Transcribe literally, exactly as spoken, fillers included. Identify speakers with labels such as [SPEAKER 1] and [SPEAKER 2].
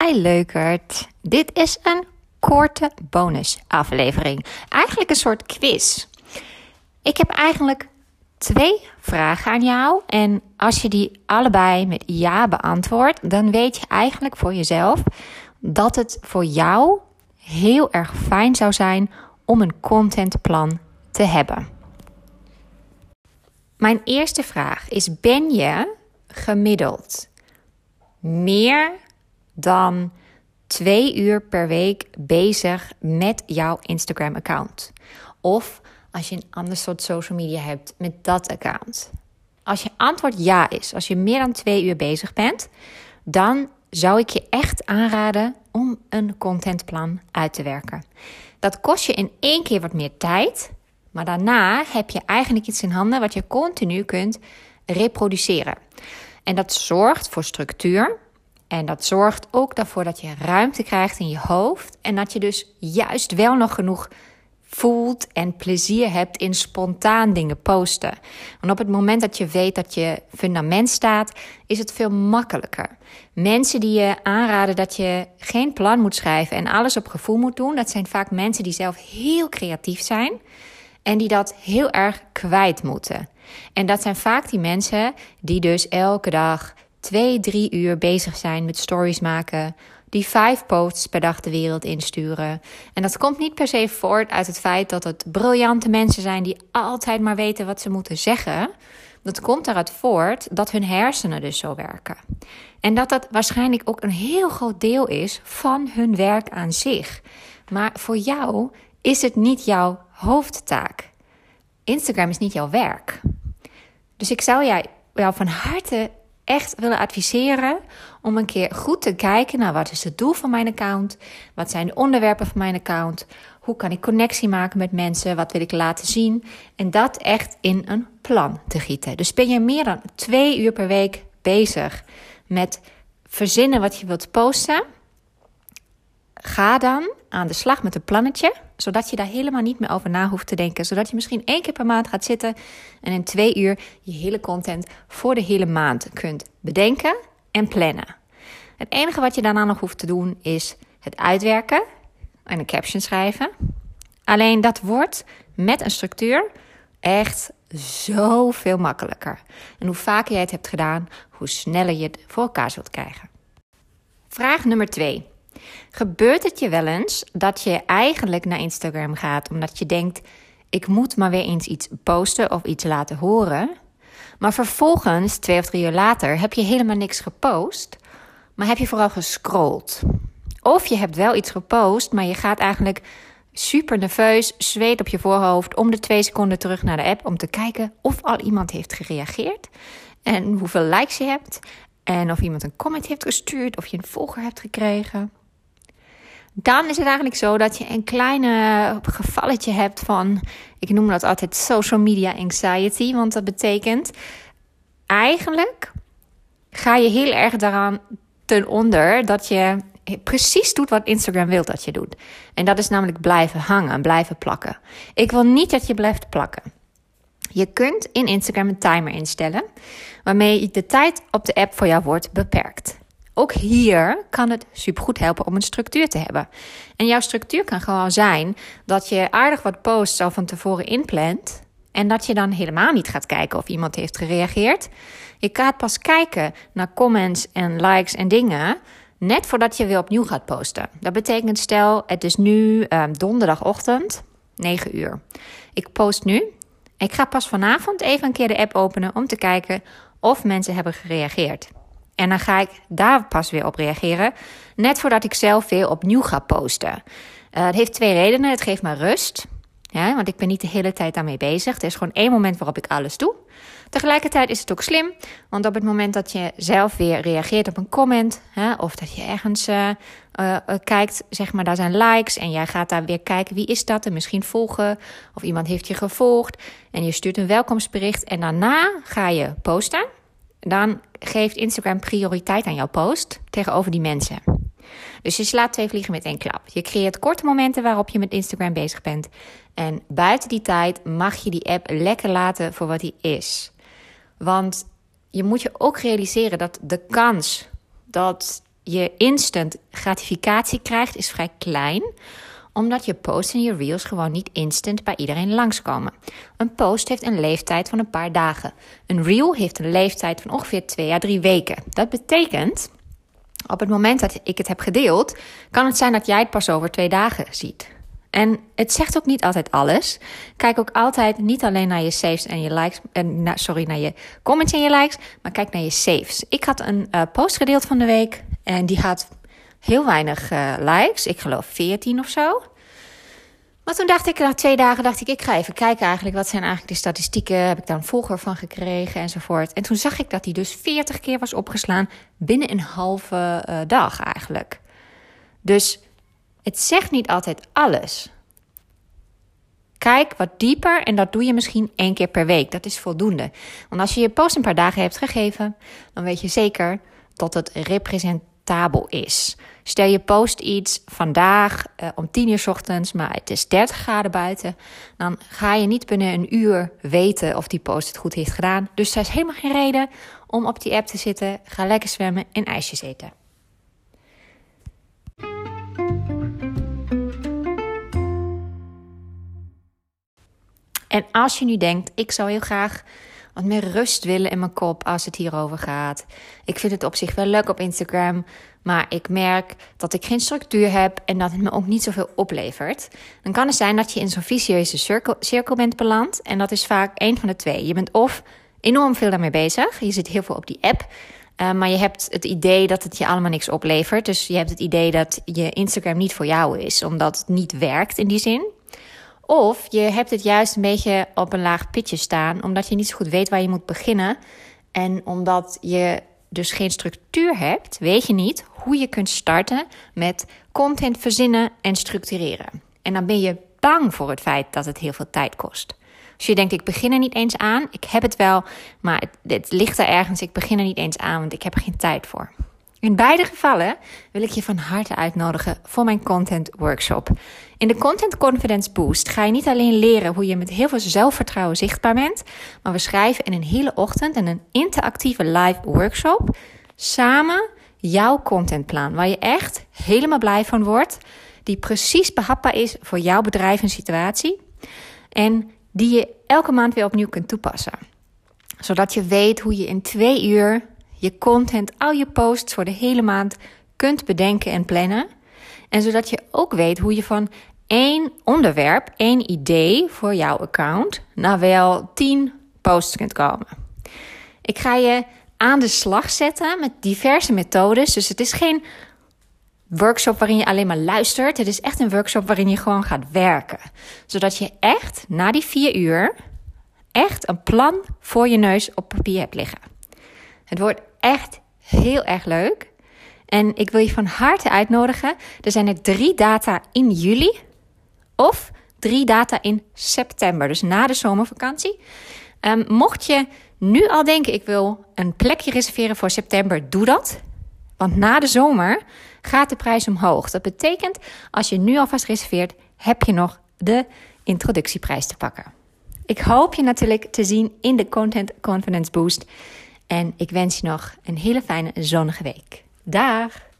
[SPEAKER 1] Hi leukert. Dit is een korte bonusaflevering. Eigenlijk een soort quiz. Ik heb eigenlijk twee vragen aan jou. En als je die allebei met ja beantwoordt, dan weet je eigenlijk voor jezelf dat het voor jou heel erg fijn zou zijn om een contentplan te hebben. Mijn eerste vraag is: ben je gemiddeld meer dan twee uur per week bezig met jouw Instagram-account? Of als je een ander soort social media hebt, met dat account. Als je antwoord ja is, als je meer dan twee uur bezig bent, dan zou ik je echt aanraden om een contentplan uit te werken. Dat kost je in één keer wat meer tijd, maar daarna heb je eigenlijk iets in handen wat je continu kunt reproduceren. En dat zorgt voor structuur. En dat zorgt ook ervoor dat je ruimte krijgt in je hoofd. En dat je dus juist wel nog genoeg voelt en plezier hebt in spontaan dingen posten. Want op het moment dat je weet dat je fundament staat, is het veel makkelijker. Mensen die je aanraden dat je geen plan moet schrijven en alles op gevoel moet doen, dat zijn vaak mensen die zelf heel creatief zijn en die dat heel erg kwijt moeten. En dat zijn vaak die mensen die dus elke dag twee, drie uur bezig zijn met stories maken, die vijf posts per dag de wereld insturen. En dat komt niet per se voort uit het feit dat het briljante mensen zijn die altijd maar weten wat ze moeten zeggen. Dat komt eruit voort dat hun hersenen dus zo werken. En dat dat waarschijnlijk ook een heel groot deel is van hun werk aan zich. Maar voor jou is het niet jouw hoofdtaak. Instagram is niet jouw werk. Dus ik zou jou, jou van harte echt willen adviseren om een keer goed te kijken naar wat is het doel van mijn account, wat zijn de onderwerpen van mijn account, hoe kan ik connectie maken met mensen, wat wil ik laten zien en dat echt in een plan te gieten. Dus ben je meer dan twee uur per week bezig met verzinnen wat je wilt posten, ga dan aan de slag met een plannetje, zodat je daar helemaal niet meer over na hoeft te denken. Zodat je misschien één keer per maand gaat zitten en in twee uur je hele content voor de hele maand kunt bedenken en plannen. Het enige wat je daarna nog hoeft te doen is het uitwerken en een caption schrijven. Alleen dat wordt met een structuur echt zoveel makkelijker. En hoe vaker jij het hebt gedaan, hoe sneller je het voor elkaar zult krijgen. Vraag nummer twee. Gebeurt het je wel eens dat je eigenlijk naar Instagram gaat omdat je denkt, ik moet maar weer eens iets posten of iets laten horen. Maar vervolgens, twee of drie uur later, heb je helemaal niks gepost, maar heb je vooral gescrolld. Of je hebt wel iets gepost, maar je gaat eigenlijk super nerveus, zweet op je voorhoofd, om de twee seconden terug naar de app om te kijken of al iemand heeft gereageerd en hoeveel likes je hebt en of iemand een comment heeft gestuurd of je een volger hebt gekregen. Dan is het eigenlijk zo dat je een kleine gevalletje hebt van, ik noem dat altijd social media anxiety, want dat betekent eigenlijk ga je heel erg daaraan ten onder dat je precies doet wat Instagram wil dat je doet. En dat is namelijk blijven hangen, blijven plakken. Ik wil niet dat je blijft plakken. Je kunt in Instagram een timer instellen, waarmee de tijd op de app voor jou wordt beperkt. Ook hier kan het supergoed helpen om een structuur te hebben. En jouw structuur kan gewoon zijn dat je aardig wat posts al van tevoren inplant en dat je dan helemaal niet gaat kijken of iemand heeft gereageerd. Je gaat pas kijken naar comments en likes en dingen net voordat je weer opnieuw gaat posten. Dat betekent, stel het is nu uh, donderdagochtend, negen uur. Ik post nu. Ik ga pas vanavond even een keer de app openen om te kijken of mensen hebben gereageerd. En dan ga ik daar pas weer op reageren, net voordat ik zelf weer opnieuw ga posten. Uh, het heeft twee redenen. Het geeft me rust, ja, want ik ben niet de hele tijd daarmee bezig. Er is gewoon één moment waarop ik alles doe. Tegelijkertijd is het ook slim, want op het moment dat je zelf weer reageert op een comment, hè, of dat je ergens uh, uh, kijkt, zeg maar, daar zijn likes en jij gaat daar weer kijken, wie is dat en misschien volgen, of iemand heeft je gevolgd en je stuurt een welkomstbericht en daarna ga je posten. Dan geeft Instagram prioriteit aan jouw post tegenover die mensen. Dus je slaat twee vliegen met één klap. Je creëert korte momenten waarop je met Instagram bezig bent. En buiten die tijd mag je die app lekker laten voor wat die is. Want je moet je ook realiseren dat de kans dat je instant gratificatie krijgt is vrij klein, omdat je posts en je reels gewoon niet instant bij iedereen langskomen. Een post heeft een leeftijd van een paar dagen. Een reel heeft een leeftijd van ongeveer twee à drie weken. Dat betekent, op het moment dat ik het heb gedeeld, kan het zijn dat jij het pas over twee dagen ziet. En het zegt ook niet altijd alles. Kijk ook altijd niet alleen naar je saves en je likes, en, nou, sorry, naar je comments en je likes, maar kijk naar je saves. Ik had een uh, post gedeeld van de week en die had heel weinig uh, likes. Ik geloof veertien of zo. Maar toen dacht ik, na twee dagen dacht ik, ik ga even kijken eigenlijk, wat zijn eigenlijk de statistieken, heb ik daar een volger van gekregen enzovoort. En toen zag ik dat die dus veertig keer was opgeslaan binnen een halve uh, dag eigenlijk. Dus het zegt niet altijd alles. Kijk wat dieper en dat doe je misschien één keer per week. Dat is voldoende. Want als je je post een paar dagen hebt gegeven, dan weet je zeker dat het representabel is. Stel je post iets vandaag uh, om tien uur 's ochtends, maar het is dertig graden buiten. Dan ga je niet binnen een uur weten of die post het goed heeft gedaan. Dus er is helemaal geen reden om op die app te zitten. Ga lekker zwemmen en ijsjes eten. En als je nu denkt, ik zou heel graag wat meer rust willen in mijn kop als het hierover gaat. Ik vind het op zich wel leuk op Instagram, maar ik merk dat ik geen structuur heb en dat het me ook niet zoveel oplevert. Dan kan het zijn dat je in zo'n vicieuze cirkel, cirkel bent beland. En dat is vaak één van de twee. Je bent of enorm veel daarmee bezig, je zit heel veel op die app, uh, maar je hebt het idee dat het je allemaal niks oplevert. Dus je hebt het idee dat je Instagram niet voor jou is, omdat het niet werkt in die zin. Of je hebt het juist een beetje op een laag pitje staan, omdat je niet zo goed weet waar je moet beginnen. En omdat je dus geen structuur hebt, weet je niet hoe je kunt starten met content verzinnen en structureren. En dan ben je bang voor het feit dat het heel veel tijd kost. Als je denkt, ik begin er niet eens aan, ik heb het wel, maar het, het ligt er ergens, ik begin er niet eens aan, want ik heb er geen tijd voor. In beide gevallen wil ik je van harte uitnodigen voor mijn content workshop. In de Content Confidence Boost ga je niet alleen leren hoe je met heel veel zelfvertrouwen zichtbaar bent, maar we schrijven in een hele ochtend in een interactieve live workshop samen jouw contentplan, waar je echt helemaal blij van wordt, die precies behapbaar is voor jouw bedrijf en situatie en die je elke maand weer opnieuw kunt toepassen. Zodat je weet hoe je in twee uur je content, al je posts voor de hele maand kunt bedenken en plannen. En zodat je ook weet hoe je van één onderwerp, één idee voor jouw account, naar wel tien posts kunt komen. Ik ga je aan de slag zetten met diverse methodes. Dus het is geen workshop waarin je alleen maar luistert. Het is echt een workshop waarin je gewoon gaat werken. Zodat je echt na die vier uur echt een plan voor je neus op papier hebt liggen. Het wordt echt heel erg leuk. En ik wil je van harte uitnodigen. Er zijn er drie data in juli of drie data in september. Dus na de zomervakantie. Um, mocht je nu al denken, ik wil een plekje reserveren voor september, doe dat. Want na de zomer gaat de prijs omhoog. Dat betekent, als je nu alvast reserveert, heb je nog de introductieprijs te pakken. Ik hoop je natuurlijk te zien in de Content Confidence Boost. En ik wens je nog een hele fijne zonnige week. Dag!